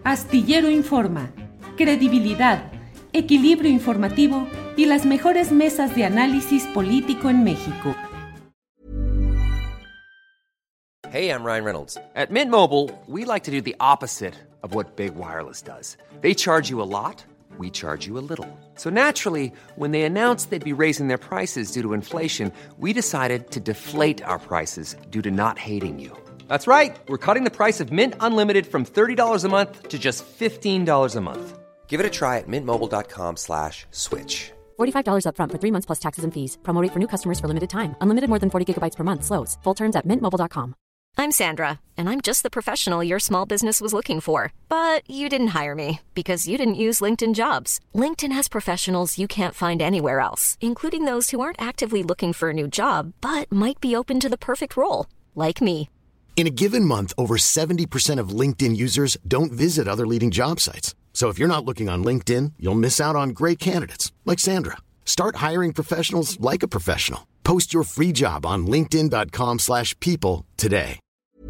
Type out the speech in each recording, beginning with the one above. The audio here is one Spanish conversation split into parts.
Astillero Informa, credibilidad, equilibrio informativo y las mejores mesas de análisis político en México. Hey, I'm Ryan Reynolds. At Mint Mobile, we like to do the opposite of what Big Wireless does. They charge you a lot, we charge you a little. So naturally, when they announced they'd be raising their prices due to inflation, we decided to deflate our prices due to not hating you. That's right. We're cutting the price of Mint Unlimited from $30 a month to just $15 a month. Give it a try at mintmobile.com/switch. $45 up front for 3 months plus taxes and fees. Promo rate for new customers for limited time. Unlimited more than 40 gigabytes per month. Slows full terms at mintmobile.com. I'm Sandra, and I'm just the professional your small business was looking for. But you didn't hire me because you didn't use LinkedIn Jobs. LinkedIn has professionals you can't find anywhere else, including those who aren't actively looking for a new job, but might be open to the perfect role, like me. In a given month, over 70% of LinkedIn users don't visit other leading job sites. So if you're not looking on LinkedIn, you'll miss out on great candidates like Sandra. Start hiring professionals like a professional. Post your free job on linkedin.com/people today.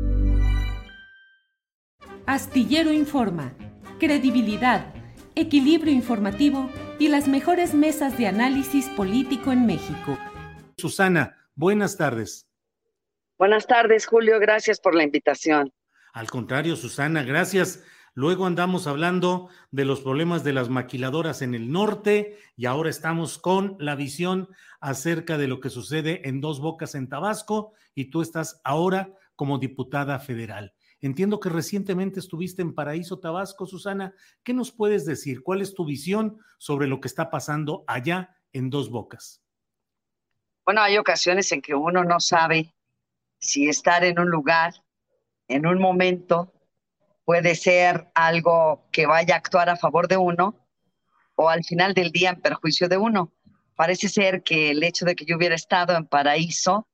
Astillero Informa, credibilidad, equilibrio informativo y las mejores mesas de análisis político en México. Susana, buenas tardes. Buenas tardes, Julio. Gracias por la invitación. Al contrario, Susana, gracias. Luego andamos hablando de los problemas de las maquiladoras en el norte y ahora estamos con la visión acerca de lo que sucede en Dos Bocas en Tabasco y tú estás ahora como diputada federal. Entiendo que recientemente estuviste en Paraíso, Tabasco, Susana. ¿Qué nos puedes decir? ¿Cuál es tu visión sobre lo que está pasando allá en Dos Bocas? Bueno, hay ocasiones en que uno no sabe si estar en un lugar, en un momento, puede ser algo que vaya a actuar a favor de uno o al final del día en perjuicio de uno. Parece ser que el hecho de que yo hubiera estado en Paraíso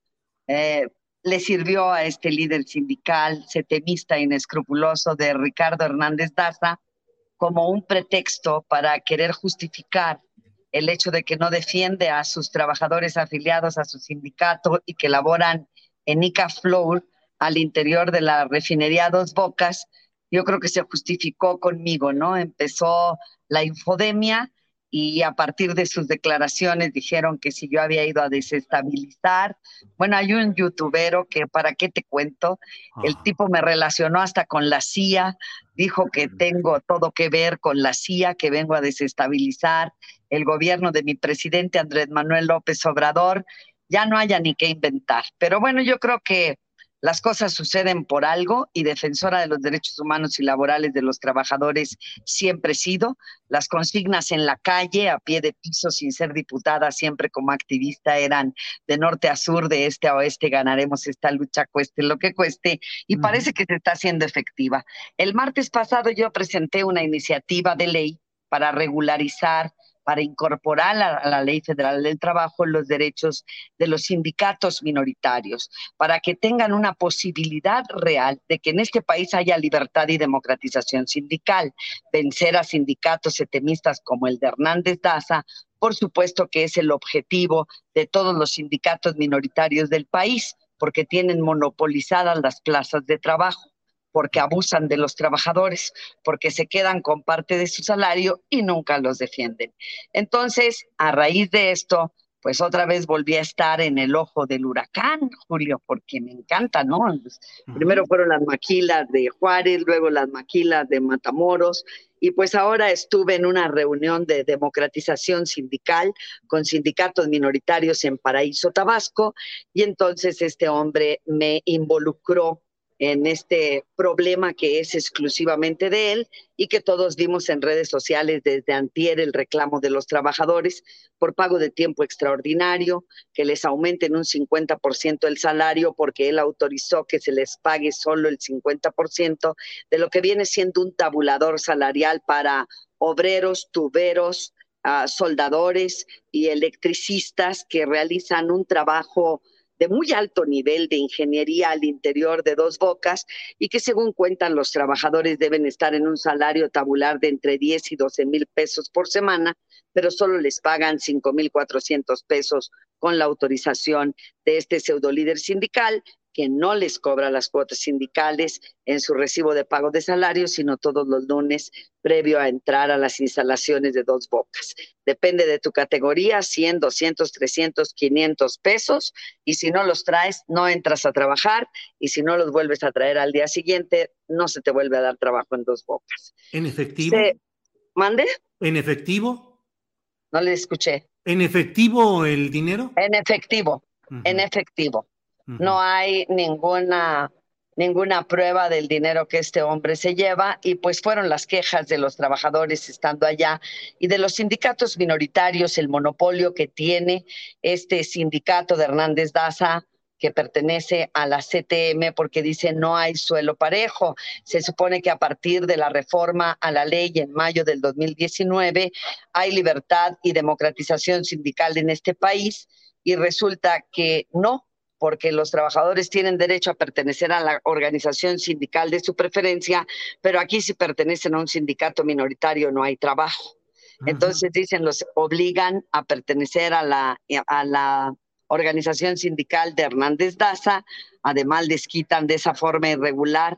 le sirvió a este líder sindical, setemista, inescrupuloso de Ricardo Hernández Daza como un pretexto para querer justificar el hecho de que no defiende a sus trabajadores afiliados a su sindicato y que laboran en Icaflow al interior de la refinería Dos Bocas. Yo creo que se justificó conmigo, ¿no? Empezó la infodemia y a partir de sus declaraciones dijeron que si yo había ido a desestabilizar. Bueno, hay un youtubero que, ¿para qué te cuento? El tipo me relacionó hasta con la CIA, dijo que tengo todo que ver con la CIA, que vengo a desestabilizar el gobierno de mi presidente Andrés Manuel López Obrador. Ya no haya ni qué inventar. Pero bueno, yo creo que las cosas suceden por algo y defensora de los derechos humanos y laborales de los trabajadores siempre he sido. Las consignas en la calle, a pie de piso, sin ser diputada, siempre como activista, eran de norte a sur, de este a oeste, ganaremos esta lucha, cueste lo que cueste, y parece que se está haciendo efectiva. El martes pasado yo presenté una iniciativa de ley para regularizar, para incorporar a la Ley Federal del Trabajo los derechos de los sindicatos minoritarios, para que tengan una posibilidad real de que en este país haya libertad y democratización sindical. Vencer a sindicatos setemistas como el de Hernández Daza, por supuesto que es el objetivo de todos los sindicatos minoritarios del país, porque tienen monopolizadas las plazas de trabajo, porque abusan de los trabajadores, porque se quedan con parte de su salario y nunca los defienden. Entonces, a raíz de esto, pues otra vez volví a estar en el ojo del huracán, Julio, porque me encanta, ¿no? Pues, primero fueron las maquilas de Juárez, luego las maquilas de Matamoros, y pues ahora estuve en una reunión de democratización sindical con sindicatos minoritarios en Paraíso, Tabasco, y entonces este hombre me involucró en este problema que es exclusivamente de él y que todos vimos en redes sociales desde antier, el reclamo de los trabajadores por pago de tiempo extraordinario, que les aumenten un 50% el salario porque él autorizó que se les pague solo el 50% de lo que viene siendo un tabulador salarial para obreros, tuberos, soldadores y electricistas que realizan un trabajo de muy alto nivel de ingeniería al interior de Dos Bocas y que según cuentan los trabajadores deben estar en un salario tabular de entre 10 y 12 mil pesos por semana, pero solo les pagan 5,400 pesos con la autorización de este pseudo líder sindical que no les cobra las cuotas sindicales en su recibo de pago de salario, sino todos los lunes previo a entrar a las instalaciones de Dos Bocas. Depende de tu categoría, 100, 200, 300, 500 pesos, y si no los traes, no entras a trabajar, y si no los vuelves a traer al día siguiente, no se te vuelve a dar trabajo en Dos Bocas. ¿En efectivo? ¿Mande? ¿En efectivo? No le escuché. ¿En efectivo el dinero? En efectivo, en efectivo. No hay ninguna prueba del dinero que este hombre se lleva, y pues fueron las quejas de los trabajadores estando allá y de los sindicatos minoritarios, el monopolio que tiene este sindicato de Hernández Daza, que pertenece a la CTM, porque dice no hay suelo parejo. Se supone que a partir de la reforma a la ley en mayo del 2019 hay libertad y democratización sindical en este país, y resulta que no, porque los trabajadores tienen derecho a pertenecer a la organización sindical de su preferencia, pero aquí si pertenecen a un sindicato minoritario no hay trabajo. Entonces dicen, los obligan a pertenecer a la organización sindical de Hernández Daza. Además les quitan de esa forma irregular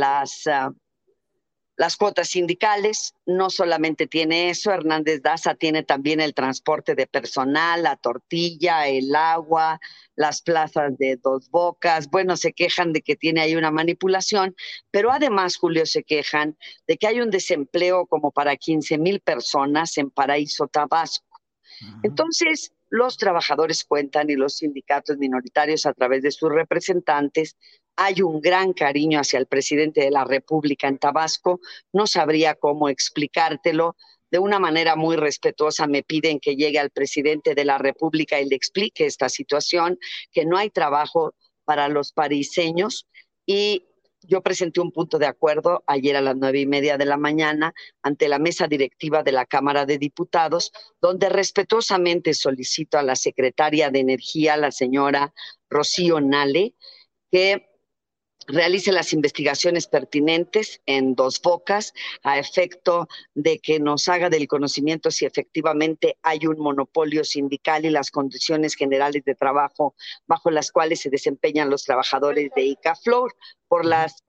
las cuotas sindicales. No solamente tiene eso, Hernández Daza tiene también el transporte de personal, la tortilla, el agua, las plazas de Dos Bocas. Bueno, se quejan de que tiene ahí una manipulación, pero además, Julio, se quejan de que hay un desempleo como para 15,000 personas en Paraíso, Tabasco. Entonces, los trabajadores cuentan, y los sindicatos minoritarios a través de sus representantes, hay un gran cariño hacia el presidente de la República en Tabasco. No sabría cómo explicártelo. De una manera muy respetuosa me piden que llegue al presidente de la República y le explique esta situación, que no hay trabajo para los pariseños, y yo presenté un punto de acuerdo ayer a las 9:30 de la mañana ante la mesa directiva de la Cámara de Diputados, donde respetuosamente solicito a la secretaria de Energía, la señora Rocío Nale, que realice las investigaciones pertinentes en Dos Bocas a efecto de que nos haga del conocimiento si efectivamente hay un monopolio sindical y las condiciones generales de trabajo bajo las cuales se desempeñan los trabajadores de Icaflor por las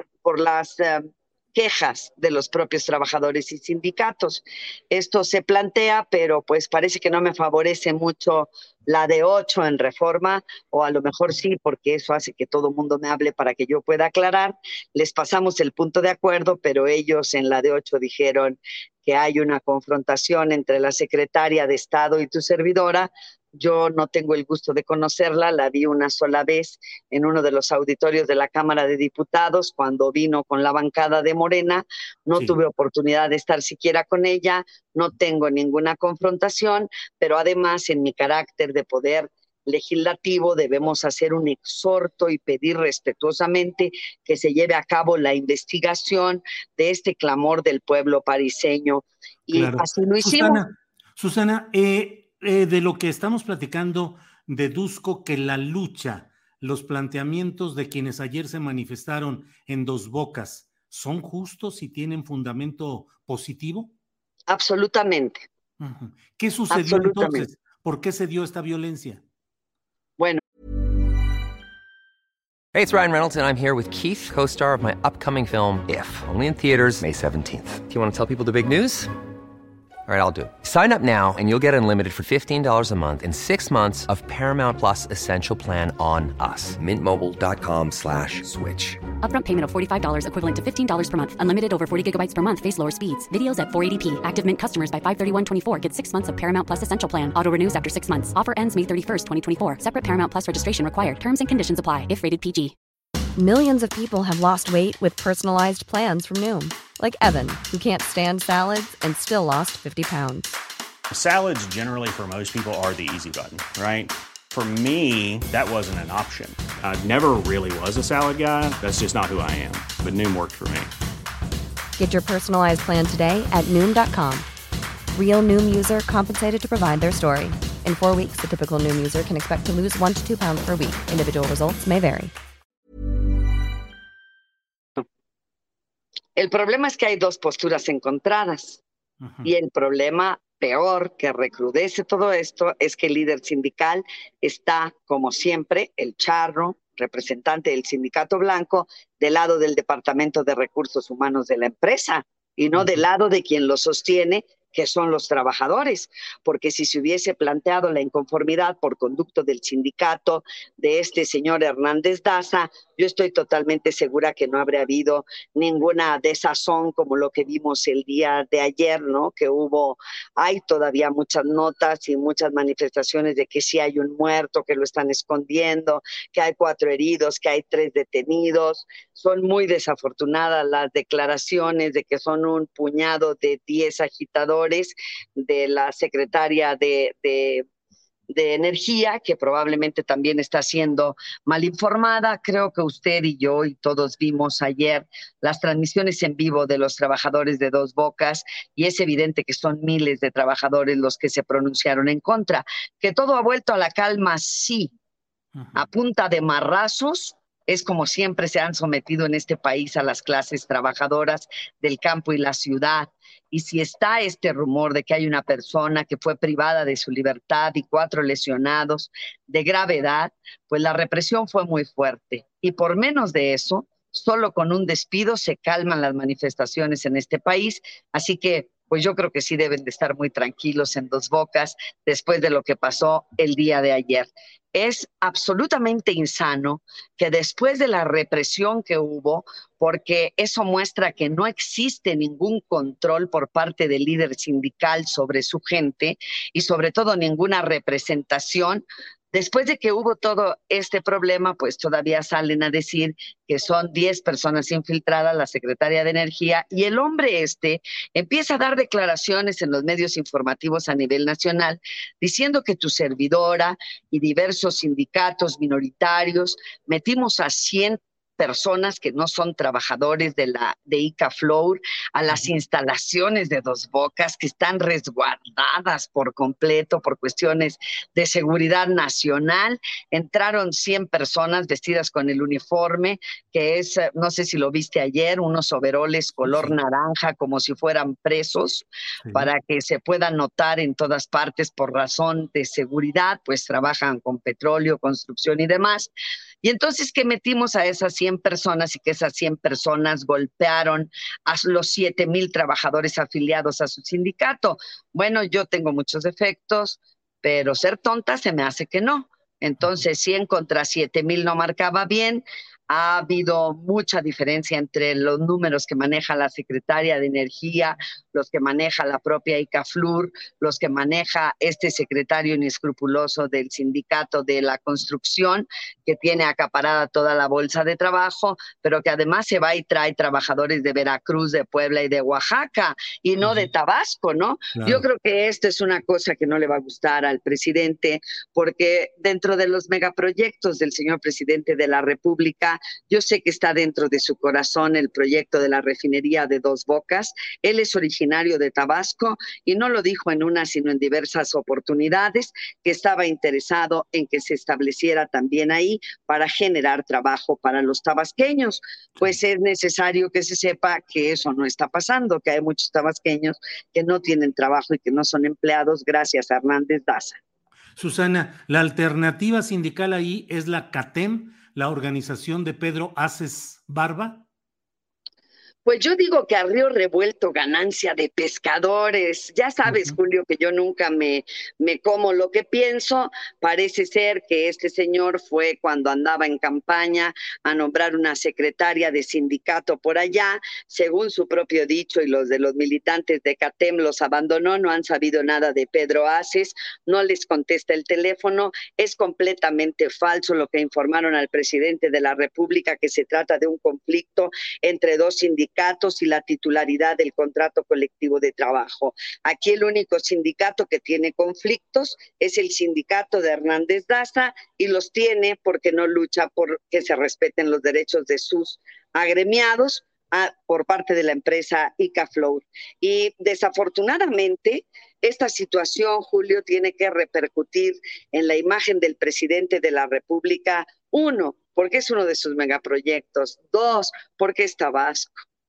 quejas de los propios trabajadores y sindicatos. Esto se plantea, pero pues parece que no me favorece mucho la de 8 en Reforma, o a lo mejor sí, porque eso hace que todo el mundo me hable para que yo pueda aclarar. Les pasamos el punto de acuerdo, pero ellos en la de 8 dijeron que hay una confrontación entre la secretaria de Estado y tu servidora. Yo no tengo el gusto de conocerla, la vi una sola vez en uno de los auditorios de la Cámara de Diputados cuando vino con la bancada de Morena. No tuve oportunidad de estar siquiera con ella, no tengo ninguna confrontación, pero además en mi carácter de poder legislativo debemos hacer un exhorto y pedir respetuosamente que se lleve a cabo la investigación de este clamor del pueblo pariseño. Y así lo hicimos. Susana, de lo que estamos platicando, deduzco que la lucha, los planteamientos de quienes ayer se manifestaron en Dos Bocas, ¿son justos y tienen fundamento positivo? Absolutamente. ¿Qué sucedió entonces? ¿Por qué se dio esta violencia? Bueno. Hey, it's Ryan Reynolds, and I'm here with Keith, co-star of my upcoming film, If, only in theaters May 17th. Do you want to tell people the big news? All right, I'll do it. Sign up now and you'll get unlimited for $15 a month and 6 months of Paramount Plus Essential Plan on us. MintMobile.com/switch. Upfront payment of $45 equivalent to $15 per month. Unlimited over 40 gigabytes per month. Face lower speeds. Videos at 480p. Active Mint customers by 531.24 get 6 months of Paramount Plus Essential Plan. Auto renews after 6 months. Offer ends May 31st, 2024. Separate Paramount Plus registration required. Terms and conditions apply if rated PG. Millions of people have lost weight with personalized plans from Noom. Like Evan, who can't stand salads and still lost 50 pounds. Salads generally for most people are the easy button, right? For me, that wasn't an option. I never really was a salad guy. That's just not who I am. But Noom worked for me. Get your personalized plan today at Noom.com. Real Noom user compensated to provide their story. In 4 weeks, the typical Noom user can expect to lose 1 to 2 pounds per week. Individual results may vary. El problema es que hay dos posturas encontradas. Y el problema peor que recrudece todo esto es que el líder sindical está, como siempre, el charro, representante del Sindicato Blanco, del lado del Departamento de Recursos Humanos de la empresa y no del lado de quien lo sostiene, que son los trabajadores, porque si se hubiese planteado la inconformidad por conducto del sindicato de este señor Hernández Daza, yo estoy totalmente segura que no habría habido ninguna desazón como lo que vimos el día de ayer, ¿no? Que hay todavía muchas notas y muchas manifestaciones de que sí hay un muerto, que lo están escondiendo, que hay 4 heridos, que hay 3 detenidos. Son muy desafortunadas las declaraciones de que son un puñado de 10 agitadores de la secretaria de Energía, que probablemente también está siendo mal informada. Creo que usted y yo y todos vimos ayer las transmisiones en vivo de los trabajadores de Dos Bocas y es evidente que son miles de trabajadores los que se pronunciaron en contra. Que todo ha vuelto a la calma, sí, a punta de marrazos. Es como siempre se han sometido en este país a las clases trabajadoras del campo y la ciudad. Y si está este rumor de que hay una persona que fue privada de su libertad y 4 lesionados de gravedad, pues la represión fue muy fuerte. Y por menos de eso, solo con un despido se calman las manifestaciones en este país. Así que pues yo creo que sí deben de estar muy tranquilos en Dos Bocas después de lo que pasó el día de ayer. Es absolutamente insano que después de la represión que hubo, porque eso muestra que no existe ningún control por parte del líder sindical sobre su gente y sobre todo ninguna representación. Después de que hubo todo este problema, pues todavía salen a decir que son 10 personas infiltradas, la secretaria de Energía, y el hombre empieza a dar declaraciones en los medios informativos a nivel nacional, diciendo que tu servidora y diversos sindicatos minoritarios metimos a 100 personas que no son trabajadores de Icaflour a las instalaciones de Dos Bocas, que están resguardadas por completo por cuestiones de seguridad nacional. Entraron 100 personas vestidas con el uniforme, que es, no sé si lo viste ayer, unos overoles color naranja como si fueran presos, para que se puedan notar en todas partes por razón de seguridad, pues trabajan con petróleo, construcción y demás. Y entonces que metimos a esas 100 personas y que esas 100 personas golpearon a los 7,000 trabajadores afiliados a su sindicato. Bueno, yo tengo muchos defectos, pero ser tonta se me hace que no. Entonces 100 contra 7,000 no marcaba bien. Ha habido mucha diferencia entre los números que maneja la secretaria de Energía, los que maneja la propia Icaflour, los que maneja este secretario inescrupuloso del sindicato de la construcción, que tiene acaparada toda la bolsa de trabajo, pero que además se va y trae trabajadores de Veracruz, de Puebla y de Oaxaca, y no de Tabasco, ¿no? Claro. Yo creo que esto es una cosa que no le va a gustar al presidente, porque dentro de los megaproyectos del señor presidente de la República, yo sé que está dentro de su corazón el proyecto de la refinería de Dos Bocas. Él es originario de Tabasco y no lo dijo en una, sino en diversas oportunidades, que estaba interesado en que se estableciera también ahí para generar trabajo para los tabasqueños. Pues es necesario que se sepa que eso no está pasando, que hay muchos tabasqueños que no tienen trabajo y que no son empleados gracias a Hernández Daza. Susana, la alternativa sindical ahí es la CATEM, la organización de Pedro Aces Barba. Pues yo digo que a río revuelto ganancia de pescadores. Ya sabes, Julio, que yo nunca me como lo que pienso. Parece ser que este señor fue cuando andaba en campaña a nombrar una secretaria de sindicato por allá. Según su propio dicho y los de los militantes de CATEM los abandonó, no han sabido nada de Pedro Aces, no les contesta el teléfono. Es completamente falso lo que informaron al presidente de la República, que se trata de un conflicto entre 2 sindicatos y la titularidad del contrato colectivo de trabajo. Aquí el único sindicato que tiene conflictos es el sindicato de Hernández Daza, y los tiene porque no lucha por que se respeten los derechos de sus agremiados por parte de la empresa Icaflour. Y desafortunadamente esta situación, Julio, tiene que repercutir en la imagen del presidente de la República. 1, porque es uno de sus megaproyectos. 2, porque es Tabasco.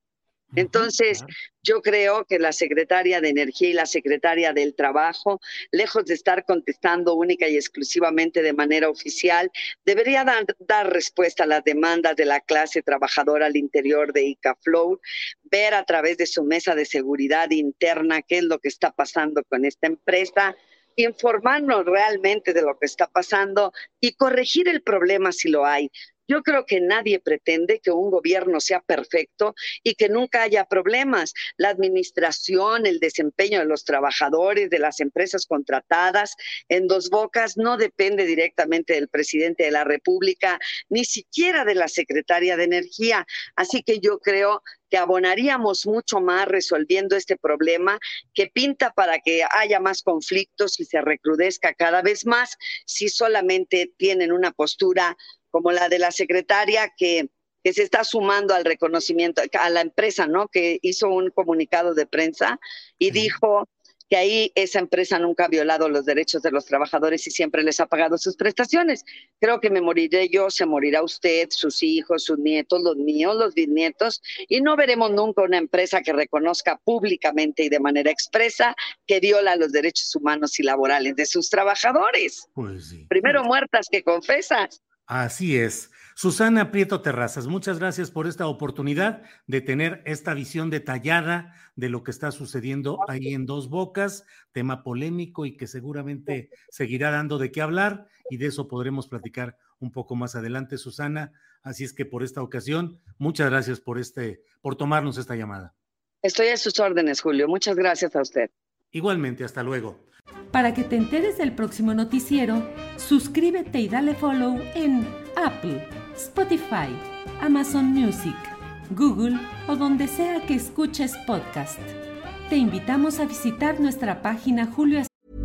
Entonces, yo creo que la secretaria de Energía y la secretaria del Trabajo, lejos de estar contestando única y exclusivamente de manera oficial, debería dar respuesta a las demandas de la clase trabajadora al interior de ICAFLOW, ver a través de su mesa de seguridad interna qué es lo que está pasando con esta empresa, informarnos realmente de lo que está pasando y corregir el problema si lo hay. Yo creo que nadie pretende que un gobierno sea perfecto y que nunca haya problemas. La administración, el desempeño de los trabajadores, de las empresas contratadas en Dos Bocas no depende directamente del presidente de la República, ni siquiera de la secretaria de Energía. Así que yo creo que abonaríamos mucho más resolviendo este problema que pinta para que haya más conflictos y se recrudezca cada vez más si solamente tienen una postura como la de la secretaria que se está sumando al reconocimiento, a la empresa, ¿no? Que hizo un comunicado de prensa y dijo que ahí esa empresa nunca ha violado los derechos de los trabajadores y siempre les ha pagado sus prestaciones. Creo que me moriré yo, se morirá usted, sus hijos, sus nietos, los míos, los bisnietos, y no veremos nunca una empresa que reconozca públicamente y de manera expresa que viola los derechos humanos y laborales de sus trabajadores. Pues sí. Primero muertas que confesas. Así es. Susana Prieto Terrazas, muchas gracias por esta oportunidad de tener esta visión detallada de lo que está sucediendo ahí en Dos Bocas, tema polémico y que seguramente seguirá dando de qué hablar, y de eso podremos platicar un poco más adelante, Susana. Así es que por esta ocasión, muchas gracias por tomarnos esta llamada. Estoy a sus órdenes, Julio. Muchas gracias a usted. Igualmente, hasta luego. Para que te enteres del próximo noticiero, suscríbete y dale follow en Apple, Spotify, Amazon Music, Google o donde sea que escuches podcast. Te invitamos a visitar nuestra página Julio.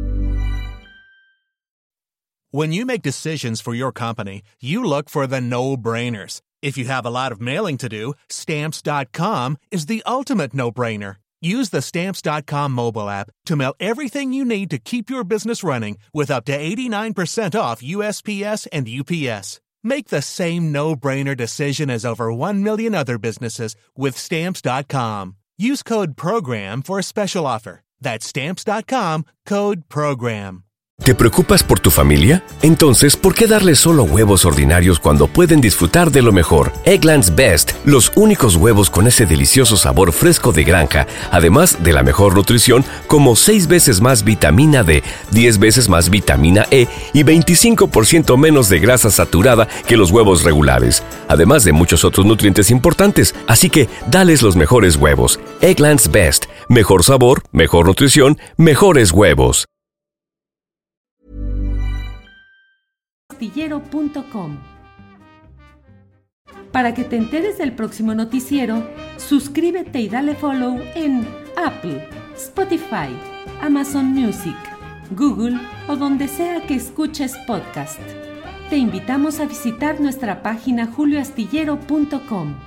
When you make decisions for your company, you look for the no-brainers. If you have a lot of mailing to do, Stamps.com is the ultimate no-brainer. Use the Stamps.com mobile app to mail everything you need to keep your business running with up to 89% off USPS and UPS. Make the same no-brainer decision as over 1 million other businesses with Stamps.com. Use code PROGRAM for a special offer. That's Stamps.com, code PROGRAM. ¿Te preocupas por tu familia? Entonces, ¿por qué darles solo huevos ordinarios cuando pueden disfrutar de lo mejor? Eggland's Best, los únicos huevos con ese delicioso sabor fresco de granja, además de la mejor nutrición, como 6 veces más vitamina D, 10 veces más vitamina E y 25% menos de grasa saturada que los huevos regulares, además de muchos otros nutrientes importantes. Así que, dales los mejores huevos. Eggland's Best, mejor sabor, mejor nutrición, mejores huevos. Astillero.com. Para que te enteres del próximo noticiero, suscríbete y dale follow en Apple, Spotify, Amazon Music, Google o donde sea que escuches podcast. Te invitamos a visitar nuestra página julioastillero.com.